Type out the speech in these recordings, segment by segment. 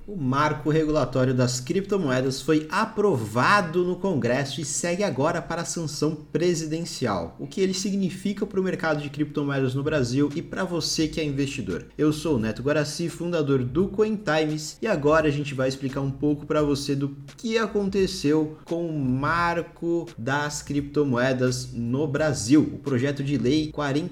O marco regulatório das criptomoedas foi aprovado no Congresso e segue agora para a sanção presidencial. O que ele significa para o mercado de criptomoedas no Brasil e para você que é investidor. Eu sou o Neto Guaraci, fundador do CoinTimes, e agora a gente vai explicar um pouco para você do que aconteceu com o marco das criptomoedas no Brasil. O projeto de lei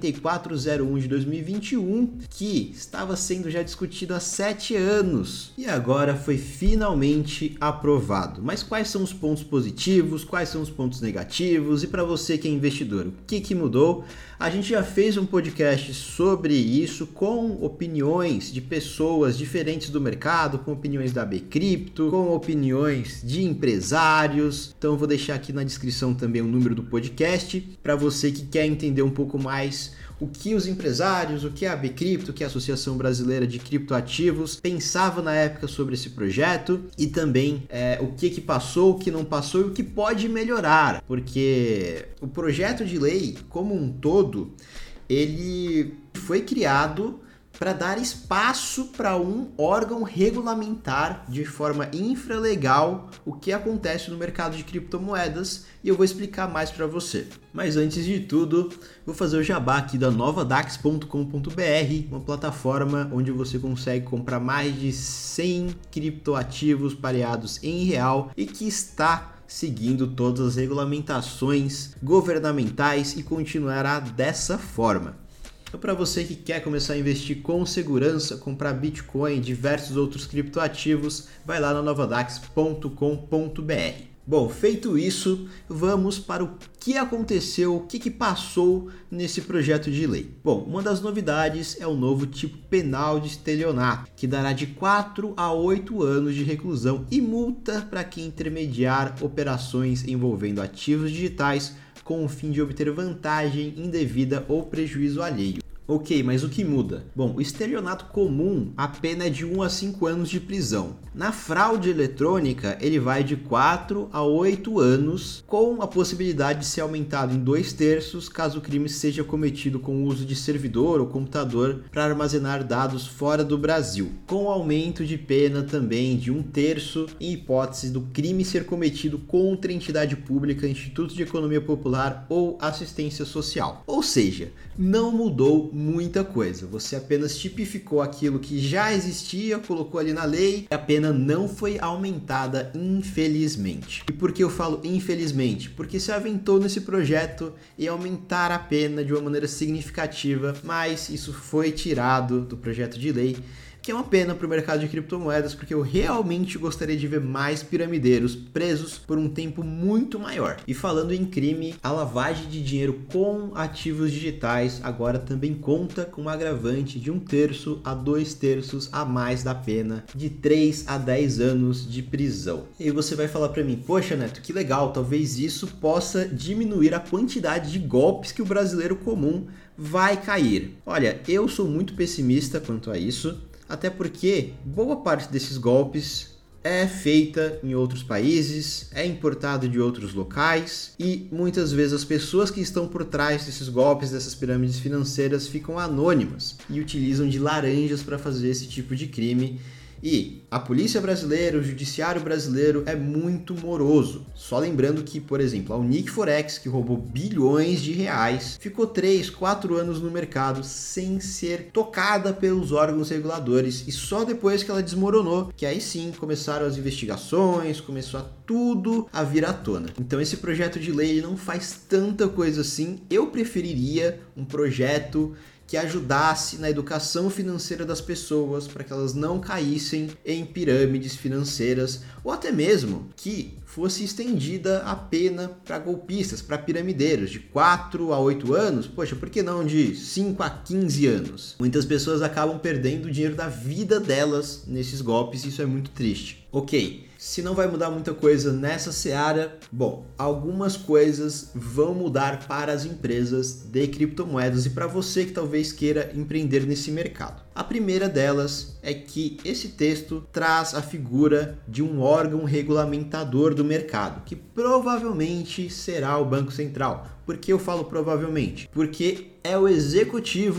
4401 de 2021, que estava sendo já discutido há 7 anos e agora foi finalmente aprovado. Mas quais são os pontos positivos, quais são os pontos negativos? E para você que é investidor, o que mudou? A gente já fez um podcast sobre isso com opiniões de pessoas diferentes do mercado, com opiniões da Bcrypto, com opiniões de empresários. Então eu vou deixar aqui na descrição também o número do podcast para você que quer entender um pouco mais o que os empresários, o que a Bcrypto, que é a Associação Brasileira de Criptoativos, pensava na época sobre esse projeto e também o que passou, o que não passou e o que pode melhorar, porque o projeto de lei como um todo, ele foi criado para dar espaço para um órgão regulamentar de forma infralegal o que acontece no mercado de criptomoedas e eu vou explicar mais para você. Mas antes de tudo, vou fazer o jabá aqui da novadax.com.br, uma plataforma onde você consegue comprar mais de 100 criptoativos pareados em real e que está seguindo todas as regulamentações governamentais e continuará dessa forma. Então, para você que quer começar a investir com segurança, comprar Bitcoin e diversos outros criptoativos, vai lá na novadax.com.br. Bom, feito isso, vamos para o que aconteceu, o que passou nesse projeto de lei. Bom, uma das novidades é o novo tipo penal de estelionato, que dará de 4 a 8 anos de reclusão e multa para quem intermediar operações envolvendo ativos digitais com o fim de obter vantagem indevida ou prejuízo alheio. Ok, mas o que muda? Bom, o estelionato comum, a pena é de 1 a 5 anos de prisão. Na fraude eletrônica, ele vai de 4 a 8 anos, com a possibilidade de ser aumentado em 2/3 caso o crime seja cometido com o uso de servidor ou computador para armazenar dados fora do Brasil. Com aumento de pena também de 1/3 em hipótese do crime ser cometido contra entidade pública, Instituto de Economia Popular ou assistência social. Ou seja, não mudou muita coisa, você apenas tipificou aquilo que já existia, colocou ali na lei, e a pena não foi aumentada, infelizmente. E por que eu falo infelizmente? Porque se aventou nesse projeto e aumentar a pena de uma maneira significativa, mas isso foi tirado do projeto de lei, que é uma pena para o mercado de criptomoedas, porque eu realmente gostaria de ver mais piramideiros presos por um tempo muito maior. E falando em crime, a lavagem de dinheiro com ativos digitais agora também conta com um agravante de 1/3 a 2/3 a mais da pena, de 3 a 10 anos de prisão. E aí você vai falar para mim, poxa Neto, que legal, talvez isso possa diminuir a quantidade de golpes que o brasileiro comum vai cair. Olha, eu sou muito pessimista quanto a isso, até porque boa parte desses golpes é feita em outros países, é importado de outros locais e muitas vezes as pessoas que estão por trás desses golpes, dessas pirâmides financeiras, ficam anônimas e utilizam de laranjas para fazer esse tipo de crime. E a polícia brasileira, o judiciário brasileiro é muito moroso. Só lembrando que, por exemplo, a Unique Forex, que roubou bilhões de reais, ficou 3, 4 anos no mercado sem ser tocada pelos órgãos reguladores. E só depois que ela desmoronou, que aí sim começaram as investigações, começou tudo a vir à tona. Então esse projeto de lei não faz tanta coisa assim. Eu preferiria um projeto que ajudasse na educação financeira das pessoas para que elas não caíssem em pirâmides financeiras ou até mesmo que fosse estendida a pena para golpistas, para piramideiros, de 4 a 8 anos, poxa, por que não de 5 a 15 anos? Muitas pessoas acabam perdendo o dinheiro da vida delas nesses golpes e isso é muito triste. Ok, se não vai mudar muita coisa nessa seara, bom, algumas coisas vão mudar para as empresas de criptomoedas e para você que talvez queira empreender nesse mercado. A primeira delas é que esse texto traz a figura de um órgão regulamentador do mercado, que provavelmente será o Banco Central. Por que eu falo provavelmente? Porque é o executivo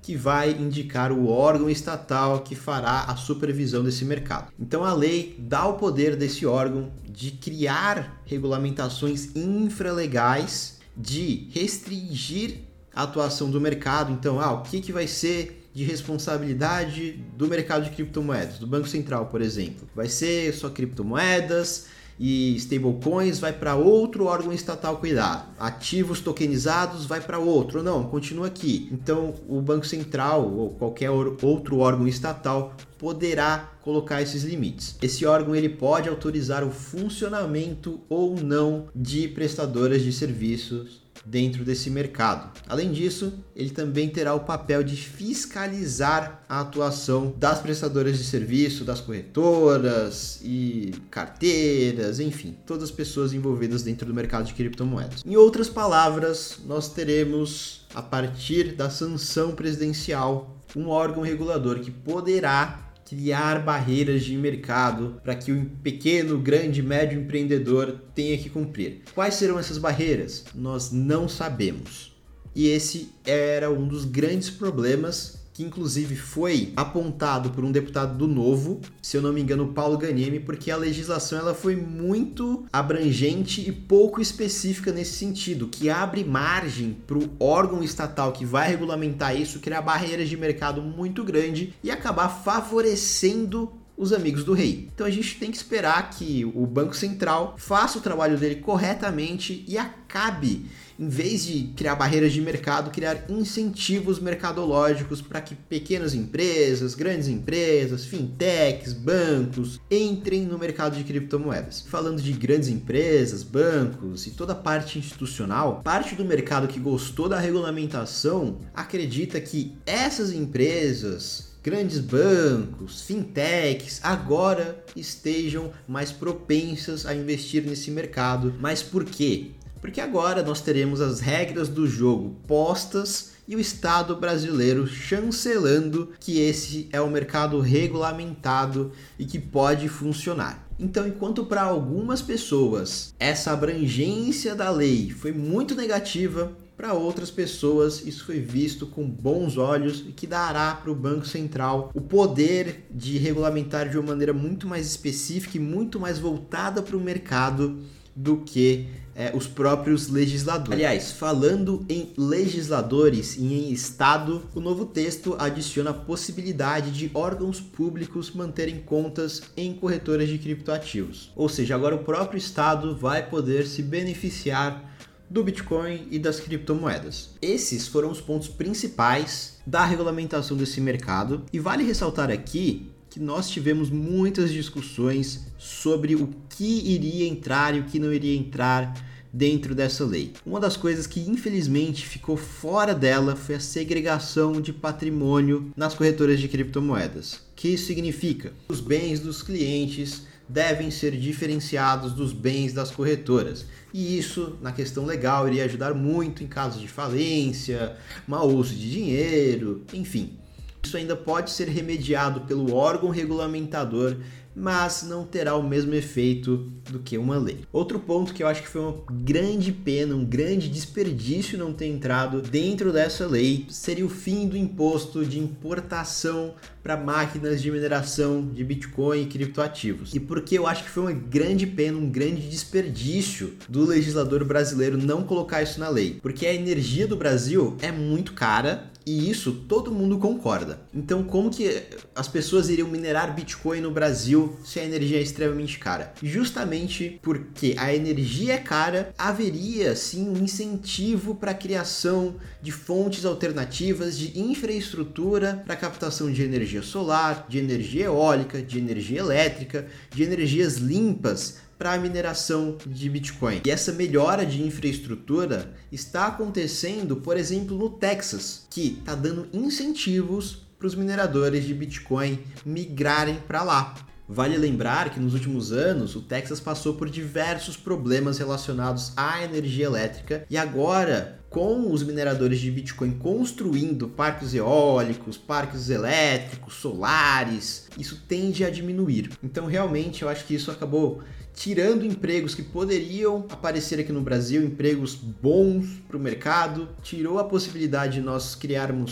que vai indicar o órgão estatal que fará a supervisão desse mercado. Então a lei dá o poder desse órgão de criar regulamentações infralegais, de restringir a atuação do mercado. Então, o que vai ser de responsabilidade do mercado de criptomoedas, do Banco Central, por exemplo? Vai ser só criptomoedas e stablecoins vai para outro órgão estatal cuidar. Ativos tokenizados vai para outro. Não, continua aqui. Então, o Banco Central ou qualquer outro órgão estatal poderá colocar esses limites. Esse órgão ele pode autorizar o funcionamento ou não de prestadoras de serviços dentro desse mercado. Além disso, ele também terá o papel de fiscalizar a atuação das prestadoras de serviço, das corretoras e carteiras, enfim, todas as pessoas envolvidas dentro do mercado de criptomoedas. Em outras palavras, nós teremos, a partir da sanção presidencial, um órgão regulador que poderá criar barreiras de mercado para que o pequeno, grande, médio empreendedor tenha que cumprir. Quais serão essas barreiras? Nós não sabemos. E esse era um dos grandes problemas que inclusive foi apontado por um deputado do Novo, se eu não me engano, Paulo Ghanimi, porque a legislação ela foi muito abrangente e pouco específica nesse sentido, que abre margem para o órgão estatal que vai regulamentar isso criar barreiras de mercado muito grande e acabar favorecendo os amigos do rei. Então a gente tem que esperar que o Banco Central faça o trabalho dele corretamente e acabe, em vez de criar barreiras de mercado, criar incentivos mercadológicos para que pequenas empresas, grandes empresas, fintechs, bancos entrem no mercado de criptomoedas. Falando de grandes empresas, bancos e toda a parte institucional, parte do mercado que gostou da regulamentação acredita que essas empresas, grandes bancos, fintechs, agora estejam mais propensas a investir nesse mercado. Mas por quê? Porque agora nós teremos as regras do jogo postas e o Estado brasileiro chancelando que esse é um mercado regulamentado e que pode funcionar. Então, enquanto para algumas pessoas essa abrangência da lei foi muito negativa, para outras pessoas isso foi visto com bons olhos e que dará para o Banco Central o poder de regulamentar de uma maneira muito mais específica e muito mais voltada para o mercado do que os próprios legisladores. Aliás, falando em legisladores e em Estado, o novo texto adiciona a possibilidade de órgãos públicos manterem contas em corretoras de criptoativos. Ou seja, agora o próprio Estado vai poder se beneficiar do Bitcoin e das criptomoedas. Esses foram os pontos principais da regulamentação desse mercado e vale ressaltar aqui que nós tivemos muitas discussões sobre o que iria entrar e o que não iria entrar dentro dessa lei. Uma das coisas que infelizmente ficou fora dela foi a segregação de patrimônio nas corretoras de criptomoedas. O que isso significa? Os bens dos clientes devem ser diferenciados dos bens das corretoras. E isso, na questão legal, iria ajudar muito em casos de falência, mau uso de dinheiro, enfim. Isso ainda pode ser remediado pelo órgão regulamentador, mas não terá o mesmo efeito do que uma lei. Outro ponto que eu acho que foi uma grande pena, um grande desperdício não ter entrado dentro dessa lei, seria o fim do imposto de importação para máquinas de mineração de Bitcoin e criptoativos. E por que eu acho que foi uma grande pena, um grande desperdício do legislador brasileiro não colocar isso na lei? Porque a energia do Brasil é muito cara, e isso todo mundo concorda. Então, como que as pessoas iriam minerar Bitcoin no Brasil se a energia é extremamente cara? Justamente porque a energia é cara, haveria sim um incentivo para a criação de fontes alternativas de infraestrutura para captação de energia solar, de energia eólica, de energia elétrica, de energias limpas para a mineração de Bitcoin. E essa melhora de infraestrutura está acontecendo, por exemplo, no Texas, que está dando incentivos para os mineradores de Bitcoin migrarem para lá. Vale lembrar que nos últimos anos o Texas passou por diversos problemas relacionados à energia elétrica e agora, com os mineradores de Bitcoin construindo parques eólicos, parques elétricos, solares, isso tende a diminuir. Então realmente eu acho que isso acabou tirando empregos que poderiam aparecer aqui no Brasil, empregos bons para o mercado, tirou a possibilidade de nós criarmos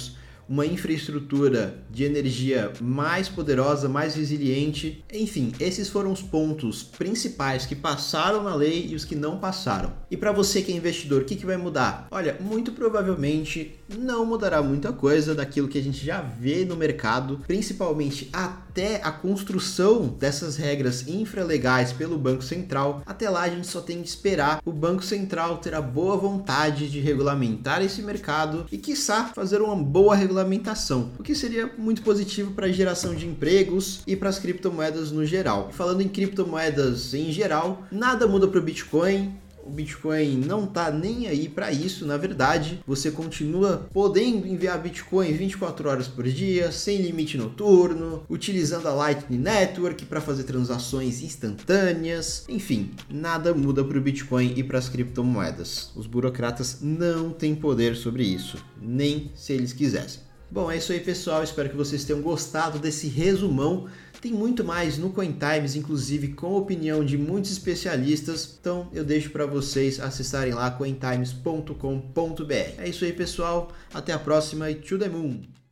uma infraestrutura de energia mais poderosa, mais resiliente. Enfim, esses foram os pontos principais que passaram na lei e os que não passaram. E para você que é investidor, o que vai mudar? Olha, muito provavelmente não mudará muita coisa daquilo que a gente já vê no mercado, principalmente até a construção dessas regras infralegais pelo Banco Central. Até lá a gente só tem que esperar o Banco Central ter a boa vontade de regulamentar esse mercado e, quiçá, fazer uma boa regulamentação, o que seria muito positivo para a geração de empregos e para as criptomoedas no geral. E falando em criptomoedas em geral, nada muda para o Bitcoin. O Bitcoin não tá nem aí para isso, na verdade. Você continua podendo enviar Bitcoin 24 horas por dia, sem limite noturno, utilizando a Lightning Network para fazer transações instantâneas. Enfim, nada muda para o Bitcoin e para as criptomoedas. Os burocratas não têm poder sobre isso, nem se eles quisessem. Bom, é isso aí, pessoal. Espero que vocês tenham gostado desse resumão. Tem muito mais no CoinTimes, inclusive com a opinião de muitos especialistas. Então eu deixo para vocês acessarem lá cointimes.com.br. É isso aí, pessoal. Até a próxima e to the moon!